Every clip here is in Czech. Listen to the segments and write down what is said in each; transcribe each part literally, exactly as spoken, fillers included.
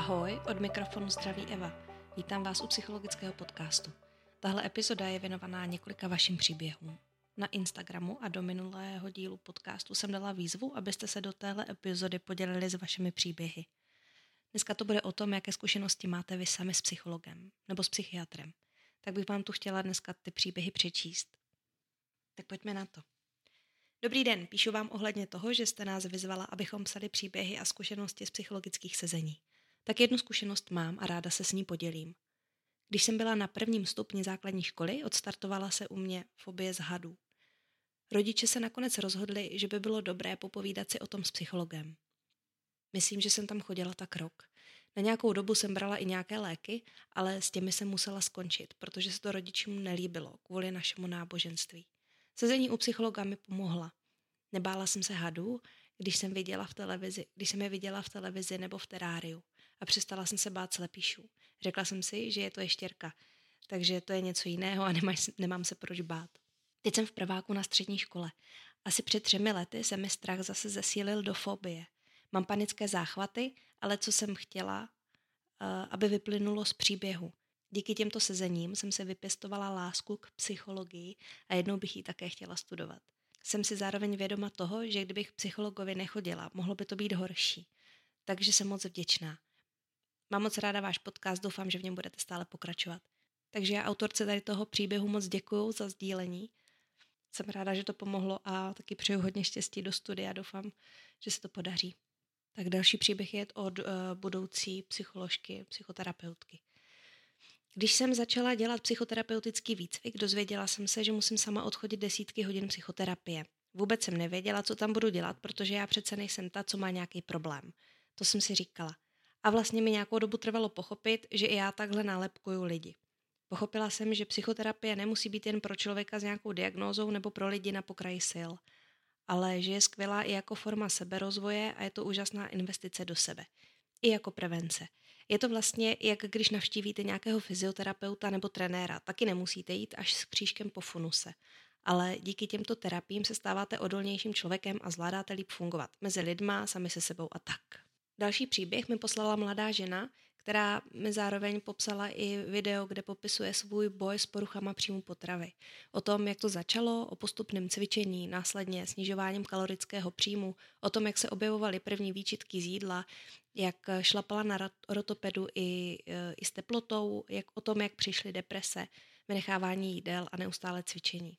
Ahoj, od mikrofonu zdraví Eva. Vítám vás u psychologického podcastu. Tahle epizoda je věnovaná několika vašim příběhům. Na Instagramu a do minulého dílu podcastu jsem dala výzvu, abyste se do téhle epizody podělili s vašimi příběhy. Dneska to bude o tom, jaké zkušenosti máte vy sami s psychologem nebo s psychiatrem. Tak bych vám tu chtěla dneska ty příběhy přečíst. Tak pojďme na to. Dobrý den, píšu vám ohledně toho, že jste nás vyzvala, abychom psali příběhy a zkušenosti z psychologických sezení. Tak jednu zkušenost mám a ráda se s ní podělím. Když jsem byla na prvním stupni základní školy, odstartovala se u mě fobie z hadů. Rodiče se nakonec rozhodli, že by bylo dobré popovídat si o tom s psychologem. Myslím, že jsem tam chodila tak rok. Na nějakou dobu jsem brala i nějaké léky, ale s těmi jsem musela skončit, protože se to rodičům nelíbilo kvůli našemu náboženství. Sezení u psychologa mi pomohla. Nebála jsem se hadů, když jsem viděla v televizi, když jsem je viděla v televizi nebo v teráriu. A přestala jsem se bát slepýšů. Řekla jsem si, že je to ještěrka, takže to je něco jiného a nemaj, nemám se proč bát. Teď jsem v prváku na střední škole. Asi před třemi lety se mi strach zase zesílil do fobie. Mám panické záchvaty, ale co jsem chtěla, aby vyplynulo z příběhu. Díky těmto sezením jsem se vypěstovala lásku k psychologii a jednou bych ji také chtěla studovat. Jsem si zároveň vědoma toho, že kdybych k psychologovi nechodila, mohlo by to být horší. Takže jsem moc vděčná. Mám moc ráda váš podcast, doufám, že v něm budete stále pokračovat. Takže já autorce tady toho příběhu moc děkuju za sdílení. Jsem ráda, že to pomohlo a taky přeju hodně štěstí do studia. Doufám, že se to podaří. Tak další příběh je od uh, budoucí psycholožky, psychoterapeutky. Když jsem začala dělat psychoterapeutický výcvik, dozvěděla jsem se, že musím sama odchodit desítky hodin psychoterapie. Vůbec jsem nevěděla, co tam budu dělat, protože já přece nejsem ta, co má nějaký problém. To jsem si říkala. A vlastně mi nějakou dobu trvalo pochopit, že i já takhle nálepkuju lidi. Pochopila jsem, že psychoterapie nemusí být jen pro člověka s nějakou diagnózou nebo pro lidi na pokraji sil, ale že je skvělá i jako forma seberozvoje a je to úžasná investice do sebe. I jako prevence. Je to vlastně, jak když navštívíte nějakého fyzioterapeuta nebo trenéra, taky nemusíte jít až s křížkem po funuse. Ale díky těmto terapiím se stáváte odolnějším člověkem a zvládáte líp fungovat mezi lidma, sami se sebou a tak. Další příběh mi poslala mladá žena, která mi zároveň popsala i video, kde popisuje svůj boj s poruchama příjmu potravy. O tom, jak to začalo, o postupném cvičení, následně snižováním kalorického příjmu, o tom, jak se objevovaly první výčitky z jídla, jak šlapala na rotopedu i, i s teplotou, jak o tom, jak přišly deprese, vynechávání jídel a neustále cvičení.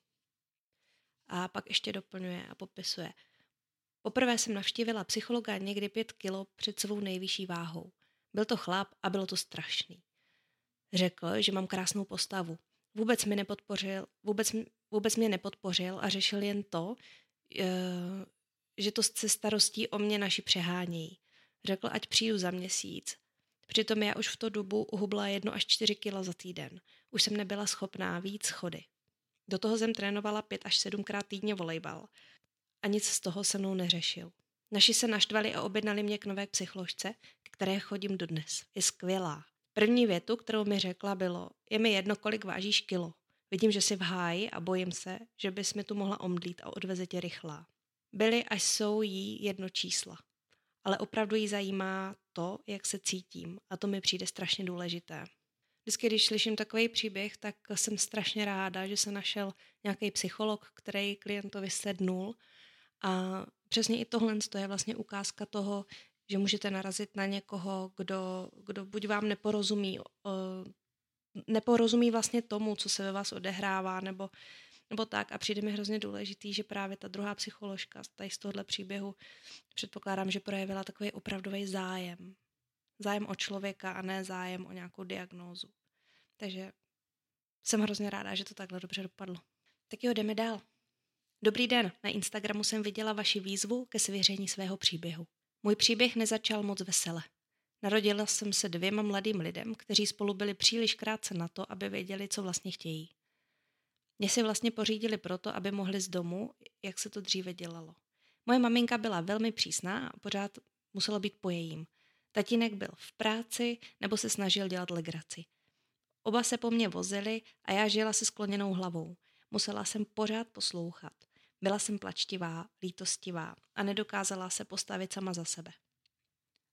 A pak ještě doplňuje a popisuje. Poprvé jsem navštívila psychologa někdy pět kilo před svou nejvyšší váhou. Byl to chlap a bylo to strašný. Řekl, že mám krásnou postavu. Vůbec mě nepodpořil, vůbec, vůbec mě nepodpořil a řešil jen to, že to se starostí o mě naši přehánějí. Řekl, ať přijdu za měsíc. Přitom já už v tu dobu uhubla jedno až čtyři kila za týden. Už jsem nebyla schopná víc chody. Do toho jsem trénovala pět až sedmkrát týdně volejbal. A nic z toho se mnou neřešil. Naši se naštvali a objednali mě k nové psycholožce, k které chodím dodnes. Je skvělá. První větu, kterou mi řekla, bylo: je mi jedno, kolik vážíš kilo. Vidím, že jsi v háji a bojím se, že bys mi tu mohla omdlít a odveze tě rychlá. Byly až jsou jí jedno čísla. Ale opravdu jí zajímá to, jak se cítím, a to mi přijde strašně důležité. Vždycky, když slyším takový příběh, tak jsem strašně ráda, že se našel nějaký psycholog, který klientovi sednul. A přesně i tohle je vlastně ukázka toho, že můžete narazit na někoho, kdo, kdo buď vám neporozumí, neporozumí vlastně tomu, co se ve vás odehrává, nebo, nebo tak. A přijde mi hrozně důležitý, že právě ta druhá psycholožka tady z tohohle příběhu předpokládám, že projevila takový opravdový zájem. Zájem o člověka a ne zájem o nějakou diagnózu. Takže jsem hrozně ráda, že to takhle dobře dopadlo. Tak jo, jdeme dál. Dobrý den, na Instagramu jsem viděla vaši výzvu ke svěření svého příběhu. Můj příběh nezačal moc vesele. Narodila jsem se dvěma mladým lidem, kteří spolu byli příliš krátce na to, aby věděli, co vlastně chtějí. Mě si vlastně pořídili proto, aby mohli z domu, jak se to dříve dělalo. Moje maminka byla velmi přísná a pořád muselo být po jejím. Tatínek byl v práci nebo se snažil dělat legraci. Oba se po mně vozili a já žila se skloněnou hlavou. Musela jsem pořád poslouchat. Byla jsem plačtivá, lítostivá a nedokázala se postavit sama za sebe.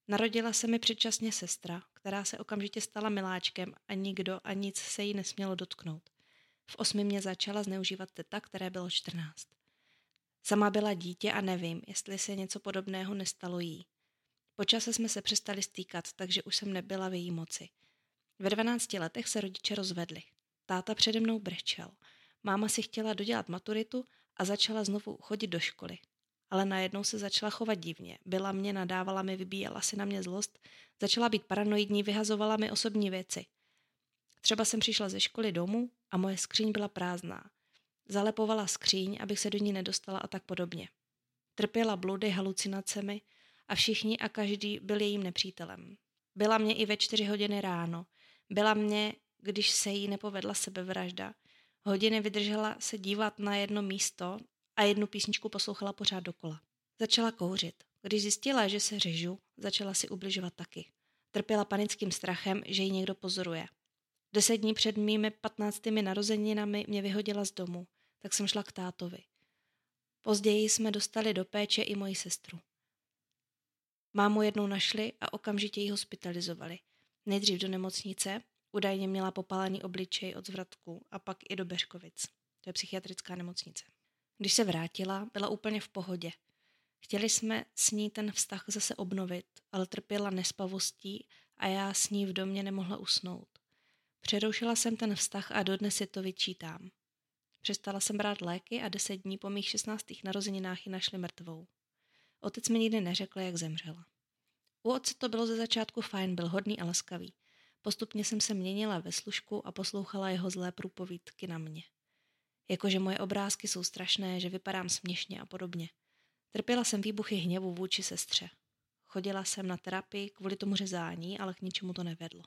Narodila se mi předčasně sestra, která se okamžitě stala miláčkem a nikdo a nic se jí nesmělo dotknout. V osmi mě začala zneužívat teta, které bylo čtrnáct. Sama byla dítě a nevím, jestli se něco podobného nestalo jí. Po čase jsme se přestali stýkat, takže už jsem nebyla v její moci. Ve dvanácti letech se rodiče rozvedli. Táta přede mnou brečel. Máma si chtěla dodělat maturitu a začala znovu chodit do školy. Ale najednou se začala chovat divně. Byla mě, nadávala mi, vybíjela si na mě zlost, začala být paranoidní, vyhazovala mi osobní věci. Třeba jsem přišla ze školy domů a moje skříň byla prázdná. Zalepovala skříň, abych se do ní nedostala a tak podobně. Trpěla bludy, halucinacemi a všichni a každý byl jejím nepřítelem. Byla mě i ve čtyři hodiny ráno. Byla mě, když se jí nepovedla sebevražda. Hodiny vydržela se dívat na jedno místo a jednu písničku poslouchala pořád dokola. Začala kouřit. Když zjistila, že se řežu, začala si ubližovat taky. Trpěla panickým strachem, že ji někdo pozoruje. Deset dní před mými patnáctými narozeninami mě vyhodila z domu, tak jsem šla k tátovi. Později jsme dostali do péče i moji sestru. Mámu jednou našli a okamžitě ji hospitalizovali. Nejdřív do nemocnice, údajně měla popálený obličej od zvratku a pak i do Beřkovic. To je psychiatrická nemocnice. Když se vrátila, byla úplně v pohodě. Chtěli jsme s ní ten vztah zase obnovit, ale trpěla nespavostí a já s ní v domě nemohla usnout. Přerušila jsem ten vztah a dodnes si to vyčítám. Přestala jsem brát léky a deset dní po mých šestnáctých narozeninách ji našli mrtvou. Otec mi nikdy neřekl, jak zemřela. U otce to bylo ze začátku fajn, byl hodný a laskavý. Postupně jsem se měnila ve služku a poslouchala jeho zlé průpovídky na mě. Jakože moje obrázky jsou strašné, že vypadám směšně a podobně. Trpěla jsem výbuchy hněvu vůči sestře. Chodila jsem na terapii kvůli tomu řezání, ale k ničemu to nevedlo.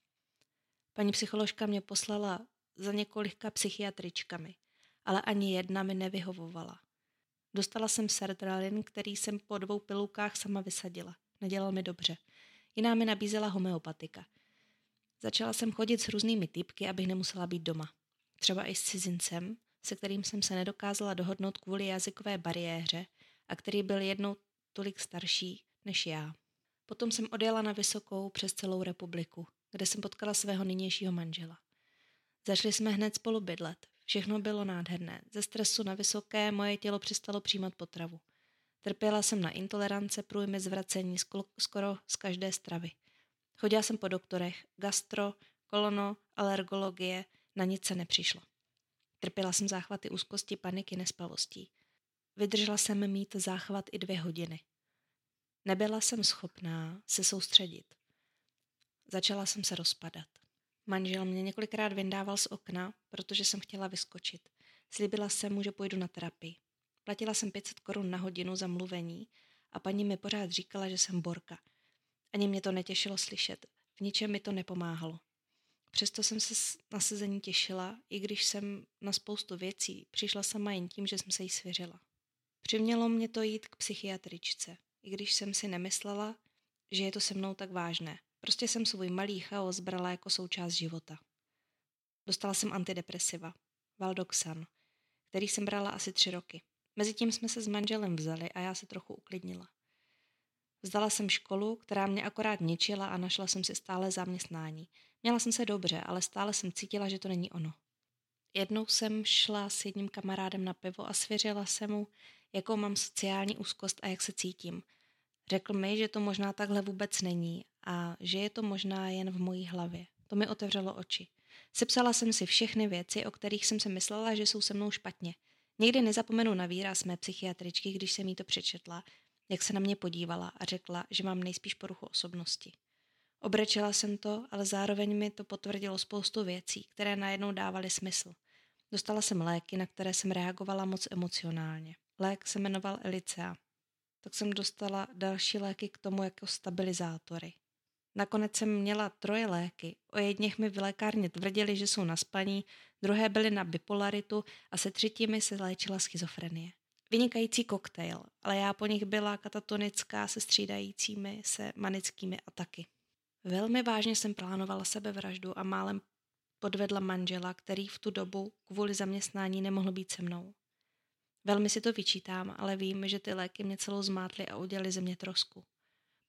Paní psycholožka mě poslala za několika psychiatričkami, ale ani jedna mi nevyhovovala. Dostala jsem sertralin, který jsem po dvou pilulkách sama vysadila. Nedělal mi dobře. Jiná mi nabízela homeopatika. Začala jsem chodit s různými týpky, abych nemusela být doma. Třeba i s cizincem, se kterým jsem se nedokázala dohodnout kvůli jazykové bariéře a který byl jednou tolik starší než já. Potom jsem odjela na Vysokou přes celou republiku, kde jsem potkala svého nynějšího manžela. Začali jsme hned spolu bydlet. Všechno bylo nádherné. Ze stresu na Vysoké moje tělo přestalo přijímat potravu. Trpěla jsem na intolerance, průjmy, zvracení skoro z každé stravy. Chodila jsem po doktorech, gastro, kolono, alergologie, na nic se nepřišlo. Trpěla jsem záchvaty úzkosti, paniky, nespavostí. Vydržela jsem mít záchvat i dvě hodiny. Nebyla jsem schopná se soustředit. Začala jsem se rozpadat. Manžel mě několikrát vyndával z okna, protože jsem chtěla vyskočit. Slíbila jsem mu, že půjdu na terapii. Platila jsem pět set korun na hodinu za mluvení a paní mi pořád říkala, že jsem borka. Ani mě to netěšilo slyšet. V ničem mi to nepomáhalo. Přesto jsem se na sezení těšila, i když jsem na spoustu věcí přišla sama jen tím, že jsem se jí svěřila. Přimělo mě to jít k psychiatričce, i když jsem si nemyslela, že je to se mnou tak vážné. Prostě jsem svůj malý chaos brala jako součást života. Dostala jsem antidepresiva, Valdoxan, který jsem brala asi tři roky. Mezitím jsme se s manželem vzali a já se trochu uklidnila. Vzdala jsem školu, která mě akorát ničila a našla jsem si stále zaměstnání. Měla jsem se dobře, ale stále jsem cítila, že to není ono. Jednou jsem šla s jedním kamarádem na pivo a svěřila se mu, jakou mám sociální úzkost a jak se cítím. Řekl mi, že to možná takhle vůbec není a že je to možná jen v mojí hlavě. To mi otevřelo oči. Sepsala jsem si všechny věci, o kterých jsem si myslela, že jsou se mnou špatně. Nikdy nezapomenu na výraz mé psychiatričky, když jsem jí to přečetla, jak se na mě podívala a řekla, že mám nejspíš poruchu osobnosti. Obrečela jsem to, ale zároveň mi to potvrdilo spoustu věcí, které najednou dávaly smysl. Dostala jsem léky, na které jsem reagovala moc emocionálně. Lék se jmenoval Elicea. Tak jsem dostala další léky k tomu jako stabilizátory. Nakonec jsem měla troje léky. O jedněch mi v lékárně tvrdili, že jsou na spaní, druhé byly na bipolaritu a se třetími se léčila schizofrenie. Vynikající koktejl, ale já po nich byla katatonická se střídajícími se manickými ataky. Velmi vážně jsem plánovala sebevraždu a málem podvedla manžela, který v tu dobu kvůli zaměstnání nemohl být se mnou. Velmi si to vyčítám, ale vím, že ty léky mě celou zmátly a udělali ze mě trosku.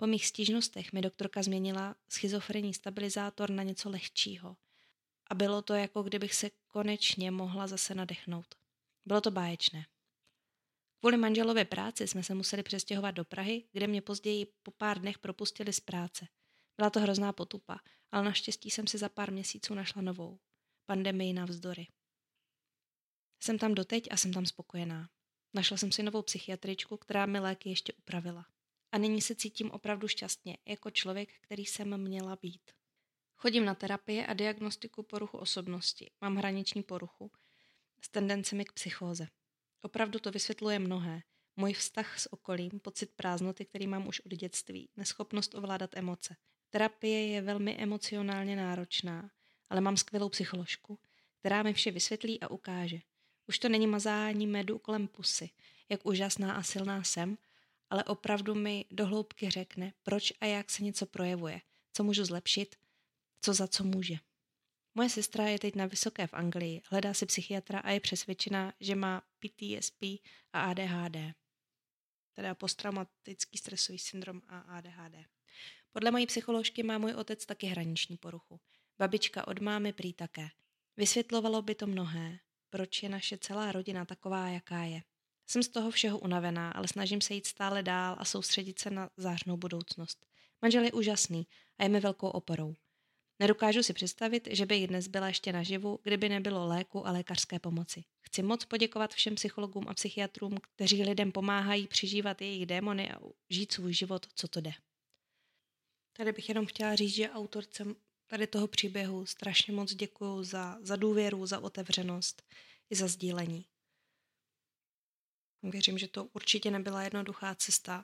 Po mých stížnostech mi doktorka změnila schizofrenní stabilizátor na něco lehčího. A bylo to, jako kdybych se konečně mohla zase nadechnout. Bylo to báječné. Kvůli manželově práci jsme se museli přestěhovat do Prahy, kde mě později po pár dnech propustili z práce. Byla to hrozná potupa, ale naštěstí jsem si za pár měsíců našla novou. Pandemii navzdory. Jsem tam doteď a jsem tam spokojená. Našla jsem si novou psychiatričku, která mi léky ještě upravila. A nyní se cítím opravdu šťastně, jako člověk, který jsem měla být. Chodím na terapie a diagnostiku poruchu osobnosti. Mám hraniční poruchu s tendencemi k psychóze. Opravdu to vysvětluje mnohé. Můj vztah s okolím, pocit prázdnoty, který mám už od dětství, neschopnost ovládat emoce. Terapie je velmi emocionálně náročná, ale mám skvělou psycholožku, která mi vše vysvětlí a ukáže. Už to není mazání medu kolem pusy, jak úžasná a silná jsem, ale opravdu mi do hloubky řekne, proč a jak se něco projevuje, co můžu zlepšit, co za co může. Moje sestra je teď na vysoké v Anglii, hledá si psychiatra a je přesvědčená, že má P T S D a A D H D, teda posttraumatický stresový syndrom a A D H D. Podle mojí psycholožky má můj otec taky hraniční poruchu. Babička od mámy prý také. Vysvětlovalo by to mnohé, proč je naše celá rodina taková, jaká je. Jsem z toho všeho unavená, ale snažím se jít stále dál a soustředit se na zářnou budoucnost. Manžel je úžasný a je mi velkou oporou. Nedokážu si představit, že by i dnes byla ještě naživu, kdyby nebylo léku a lékařské pomoci. Chci moc poděkovat všem psychologům a psychiatrům, kteří lidem pomáhají přežívat jejich démony a žít svůj život, co to jde. Tady bych jenom chtěla říct, že autorce tady toho příběhu strašně moc děkuju za, za důvěru, za otevřenost i za sdílení. Věřím, že to určitě nebyla jednoduchá cesta.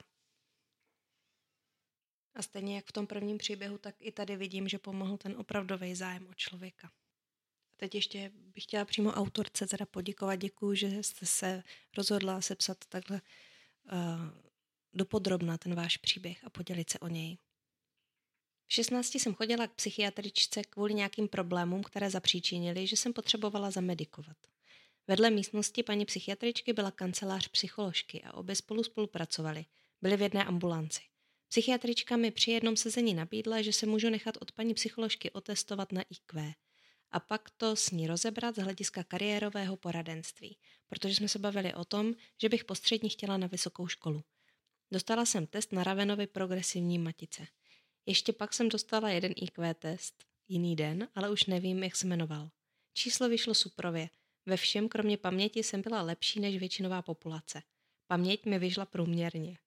A stejně jak v tom prvním příběhu, tak i tady vidím, že pomohl ten opravdový zájem o člověka. A teď ještě bych chtěla přímo autorce teda poděkovat. Děkuju, že jste se rozhodla sepsat takhle uh, dopodrobna ten váš příběh a podělit se o něj. V šestnácti jsem chodila k psychiatričce kvůli nějakým problémům, které zapříčinily, že jsem potřebovala zamedikovat. Vedle místnosti paní psychiatričky byla kancelář psycholožky a obě spolu spolupracovali. Byli v jedné ambulanci. Psychiatrička mi při jednom sezení nabídla, že se můžu nechat od paní psycholožky otestovat na I Q a pak to s ní rozebrat z hlediska kariérového poradenství, protože jsme se bavili o tom, že bych postřední chtěla na vysokou školu. Dostala jsem test na Ravenovy progresivní matice. Ještě pak jsem dostala jeden I Q test, jiný den, ale už nevím, jak se jmenoval. Číslo vyšlo suprově. Ve všem, kromě paměti, jsem byla lepší než většinová populace. Paměť mi vyšla průměrně.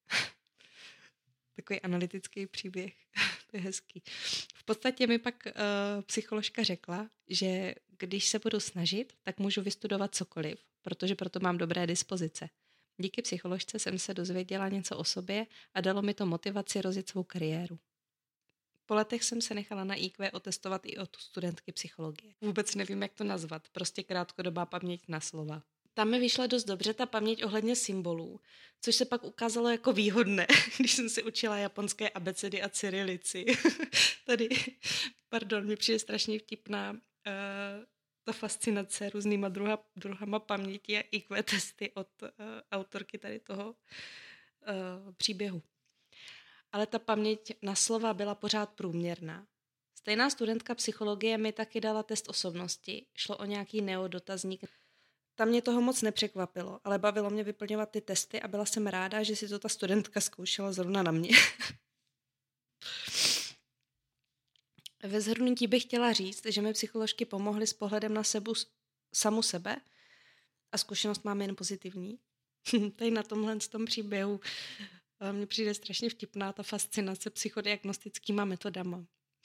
Takový analytický příběh. To je hezký. V podstatě mi pak uh, psycholožka řekla, že když se budu snažit, tak můžu vystudovat cokoliv, protože proto mám dobré dispozice. Díky psycholožce jsem se dozvěděla něco o sobě a dalo mi to motivaci rozjet svou kariéru. Po letech jsem se nechala na I Q otestovat i od studentky psychologie. Vůbec nevím, jak to nazvat, prostě krátkodobá paměť na slova. Tam mi vyšla dost dobře ta paměť ohledně symbolů, což se pak ukázalo jako výhodné, když jsem si učila japonské abecedy a cyrilici. Tady, pardon, mi přijde strašně vtipná uh, ta fascinace různýma druha, druhama paměti a I Q testy od uh, autorky tady toho uh, příběhu. Ale ta paměť na slova byla pořád průměrná. Stejná studentka psychologie mi taky dala test osobnosti. Šlo o nějaký neodotazník. Tam mě toho moc nepřekvapilo, ale bavilo mě vyplňovat ty testy a byla jsem ráda, že si to ta studentka zkoušela zrovna na mě. Ve shrnutí bych chtěla říct, že mi psycholožky pomohly s pohledem na sebu, samu sebe a zkušenost mám jen pozitivní. Tady na tomhle tom příběhu mně přijde strašně vtipná ta fascinace psychodiagnostickýma metodama.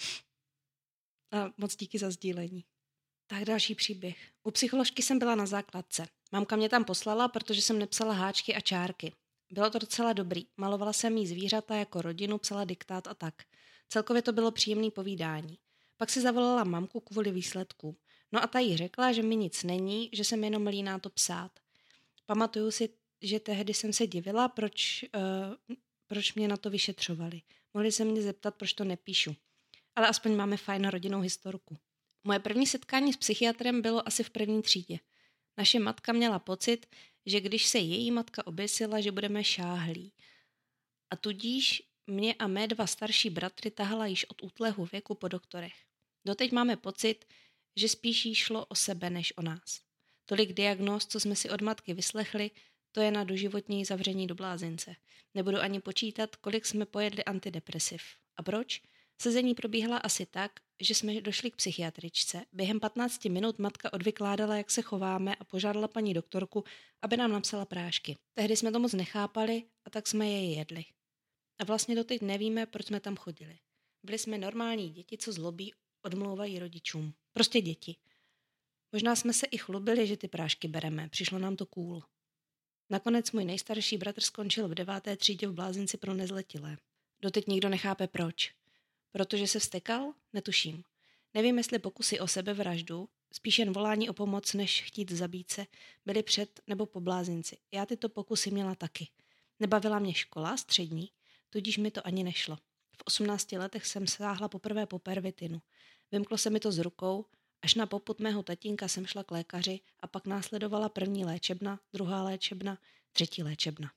A moc díky za sdílení. Tak další příběh. U psycholožky jsem byla na základce. Mamka mě tam poslala, protože jsem nepsala háčky a čárky. Bylo to docela dobrý. Malovala jsem jí zvířata jako rodinu, psala diktát a tak. Celkově to bylo příjemné povídání. Pak si zavolala mamku kvůli výsledkům. No a ta jí řekla, že mi nic není, že jsem jenom líná to psát. Pamatuju si, že tehdy jsem se divila, proč, uh, proč mě na to vyšetřovali. Mohli se mě zeptat, proč to nepíšu. Ale aspoň máme fajn rodinnou historku. Moje první setkání s psychiatrem bylo asi v první třídě. Naše matka měla pocit, že když se její matka oběsila, že budeme šáhlí. A tudíž mě a mé dva starší bratry tahala již od útlého věku po doktorech. Doteď máme pocit, že spíš jí šlo o sebe než o nás. Tolik diagnóz, co jsme si od matky vyslechli, to je na doživotní zavření do blázince. Nebudu ani počítat, kolik jsme pojedli antidepresiv. A proč? Sezení probíhala asi tak, že jsme došli k psychiatričce. Během patnácti minut matka odvykládala, jak se chováme a požádala paní doktorku, aby nám napsala prášky. Tehdy jsme to moc nechápali a tak jsme je jedli. A vlastně doteď nevíme, proč jsme tam chodili. Byli jsme normální děti, co zlobí, odmlouvají rodičům. Prostě děti. Možná jsme se i chlubili, že ty prášky bereme. Přišlo nám to cool. Nakonec můj nejstarší bratr skončil v deváté třídě v blázinci pro nezletilé. Doteď nikdo nechápe proč. Protože se vztekal? Netuším. Nevím, jestli pokusy o sebevraždu, spíš jen volání o pomoc, než chtít zabít se, byly před nebo po blázinci. Já tyto pokusy měla taky. Nebavila mě škola, střední, tudíž mi to ani nešlo. V osmnácti letech jsem sáhla poprvé po pervitinu. Vymklo se mi to z rukou, až na popud mého tatínka jsem šla k lékaři a pak následovala první léčebna, druhá léčebna, třetí léčebna.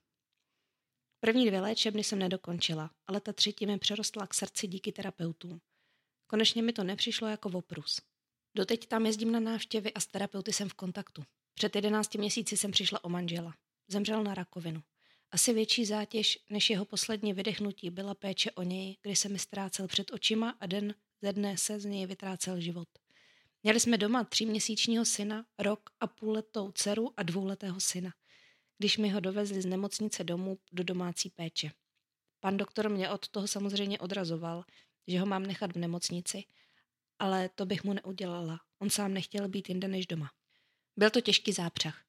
První dvě léčebny jsem nedokončila, ale ta třetí mi přerostla k srdci díky terapeutům. Konečně mi to nepřišlo jako oprus. Doteď tam jezdím na návštěvy a s terapeuty jsem v kontaktu. Před jedenácti měsíci jsem přišla o manžela. Zemřel na rakovinu. Asi větší zátěž než jeho poslední vydechnutí byla péče o něj, kdy se mi ztrácel před očima a den ze dne se z něj vytrácel život. Měli jsme doma tříměsíčního syna, rok a půlletou dceru a dvouletého syna, když mi ho dovezli z nemocnice domů do domácí péče. Pan doktor mě od toho samozřejmě odrazoval, že ho mám nechat v nemocnici, ale to bych mu neudělala. On sám nechtěl být jinde než doma. Byl to těžký zápřah.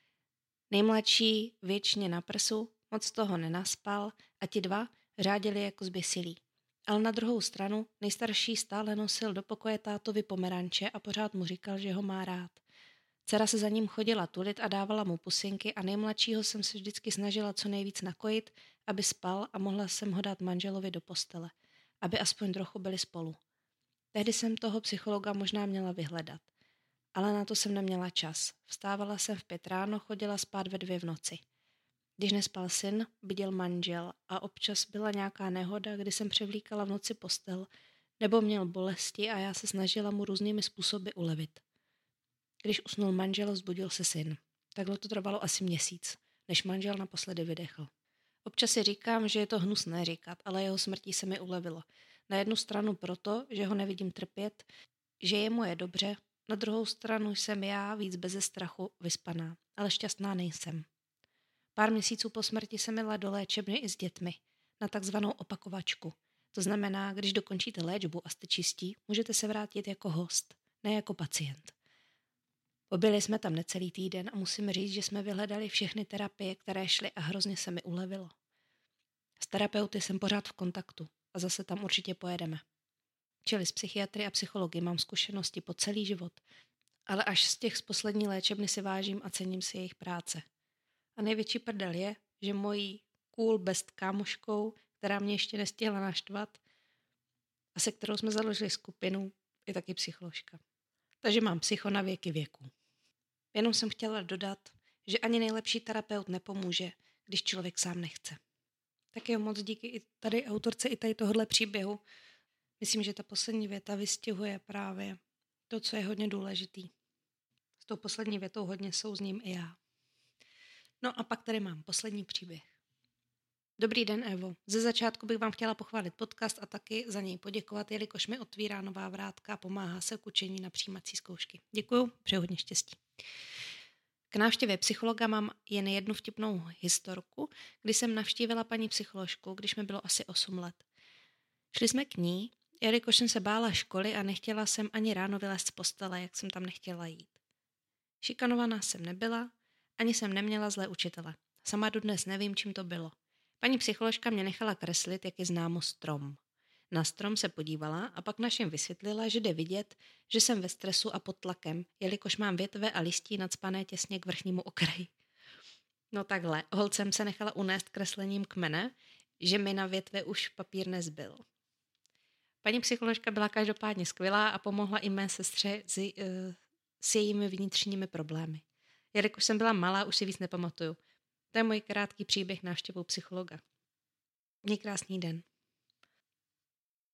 Nejmladší věčně na prsu, moc toho nenaspal a ti dva řádili jako zběsilí. Ale na druhou stranu nejstarší stále nosil do pokoje tátovi pomeranče a pořád mu říkal, že ho má rád. Dcera se za ním chodila tulit a dávala mu pusinky a nejmladšího jsem se vždycky snažila co nejvíc nakojit, aby spal a mohla jsem ho dát manželovi do postele, aby aspoň trochu byli spolu. Tehdy jsem toho psychologa možná měla vyhledat, ale na to jsem neměla čas. Vstávala jsem v pět ráno, chodila spát ve dvě v noci. Když nespal syn, bděl manžel a občas byla nějaká nehoda, kdy jsem převlíkala v noci postel, nebo měl bolesti a já se snažila mu různými způsoby ulevit. Když usnul manžel, vzbudil se syn. Takhle to trvalo asi měsíc, než manžel naposledy vydechl. Občas si říkám, že je to hnusné říkat, ale jeho smrtí se mi ulevilo. Na jednu stranu proto, že ho nevidím trpět, že jemu je dobře, na druhou stranu jsem já víc beze strachu vyspaná, ale šťastná nejsem. Pár měsíců po smrti jsem jela do léčebny i s dětmi, na takzvanou opakovačku. To znamená, když dokončíte léčbu a jste čistí, můžete se vrátit jako host, ne jako pacient. Pobyli jsme tam necelý týden a musím říct, že jsme vyhledali všechny terapie, které šly a hrozně se mi ulevilo. S terapeuty jsem pořád v kontaktu a zase tam určitě pojedeme. Čili s psychiatry a psychologi mám zkušenosti po celý život, ale až z těch z poslední léčebny si vážím a cením si jejich práce. A největší prdel je, že mojí cool best kámoškou, která mě ještě nestihla naštvat a se kterou jsme založili skupinu, je taky psycholožka. Takže mám psycho na věky věku. Jenom jsem chtěla dodat, že ani nejlepší terapeut nepomůže, když člověk sám nechce. Tak jo, moc díky i tady autorce i tady tohohle příběhu. Myslím, že ta poslední věta vystihuje právě to, co je hodně důležitý. S tou poslední větou hodně souzním i já. No a pak tady mám poslední příběh. Dobrý den, Evo. Ze začátku bych vám chtěla pochválit podcast a taky za něj poděkovat, jelikož mi otvírá nová vrátka a pomáhá se k učení na přijímací zkoušky. Děkuju, přeji hodně štěstí. K návštěvě psychologa mám jen jednu vtipnou historku, kdy jsem navštívila paní psycholožku, když mi bylo asi osm let. Šli jsme k ní, jelikož jsem se bála školy a nechtěla jsem ani ráno vylézt z postele, jak jsem tam nechtěla jít. Šikanovaná jsem nebyla, ani jsem neměla zlé učitele. Sama dodnes nevím, čím to bylo. Paní psycholožka mě nechala kreslit, jak je známo, strom. Na strom se podívala a pak našim vysvětlila, že jde vidět, že jsem ve stresu a pod tlakem, jelikož mám větve a listí nacpané těsně k vrchnímu okraji. No takhle, holcem se nechala unést kreslením kmene, že mi na větve už papír nezbyl. Paní psycholožka byla každopádně skvělá a pomohla i mé sestře s, uh, s jejími vnitřními problémy. Jelikož jsem byla malá, už si víc nepamatuju. To je můj krátký příběh návštěvou psychologa. Měj krásný den.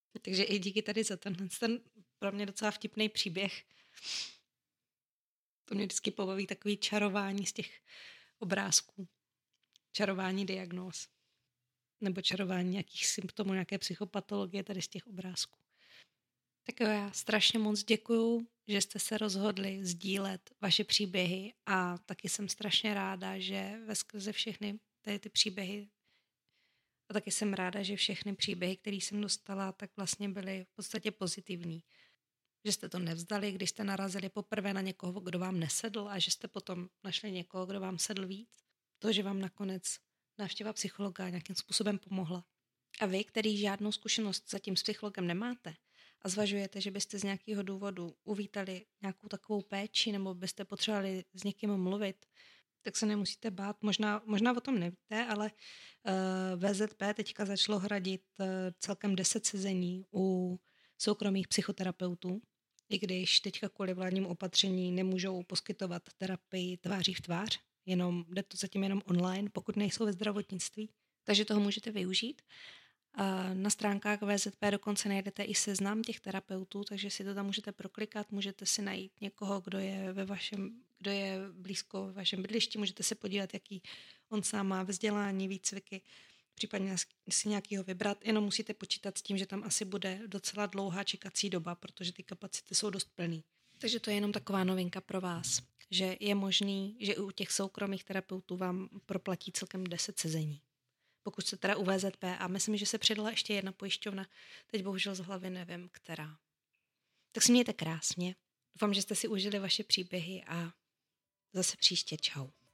Takže i díky tady za tenhle ten pro mě docela vtipný příběh. To mě vždycky pobaví takový čarování z těch obrázků. Čarování diagnóz. Nebo čarování nějakých symptomů, nějaké psychopatologie tady z těch obrázků. Tak jo, já strašně moc děkuju, že jste se rozhodli sdílet vaše příběhy a taky jsem strašně ráda, že veskrze všechny tady ty příběhy a taky jsem ráda, že všechny příběhy, které jsem dostala, tak vlastně byly v podstatě pozitivní. Že jste to nevzdali, když jste narazili poprvé na někoho, kdo vám nesedl a že jste potom našli někoho, kdo vám sedl víc. To, že vám nakonec návštěva psychologa nějakým způsobem pomohla. A vy, který žádnou zkušenost zatím s psychologem nemáte a zvažujete, že byste z nějakého důvodu uvítali nějakou takovou péči nebo byste potřebovali s někým mluvit, tak se nemusíte bát. Možná, možná o tom nevíte, ale uh, V Z P teďka začalo hradit uh, celkem deset sezení u soukromých psychoterapeutů, i když teďka kvůli vládním opatření nemůžou poskytovat terapii tváří v tvář, jenom jde to zatím jenom online, pokud nejsou ve zdravotnictví. Takže toho můžete využít. A na stránkách V Z P dokonce najdete i seznam těch terapeutů, takže si to tam můžete proklikat, můžete si najít někoho, kdo je ve vašem, kdo je blízko ve vašem bydlišti, můžete se podívat, jaký on sám má vzdělání, výcviky, případně si nějakýho vybrat, jenom musíte počítat s tím, že tam asi bude docela dlouhá čekací doba, protože ty kapacity jsou dost plný. Takže to je jenom taková novinka pro vás, že je možný, že i u těch soukromých terapeutů vám proplatí celkem deset sezení. Pokud se teda u V Z P, a myslím, že se přidala ještě jedna pojišťovna, teď bohužel z hlavy nevím, která. Tak se mějte krásně. Doufám, že jste si užili vaše příběhy a zase příště čau.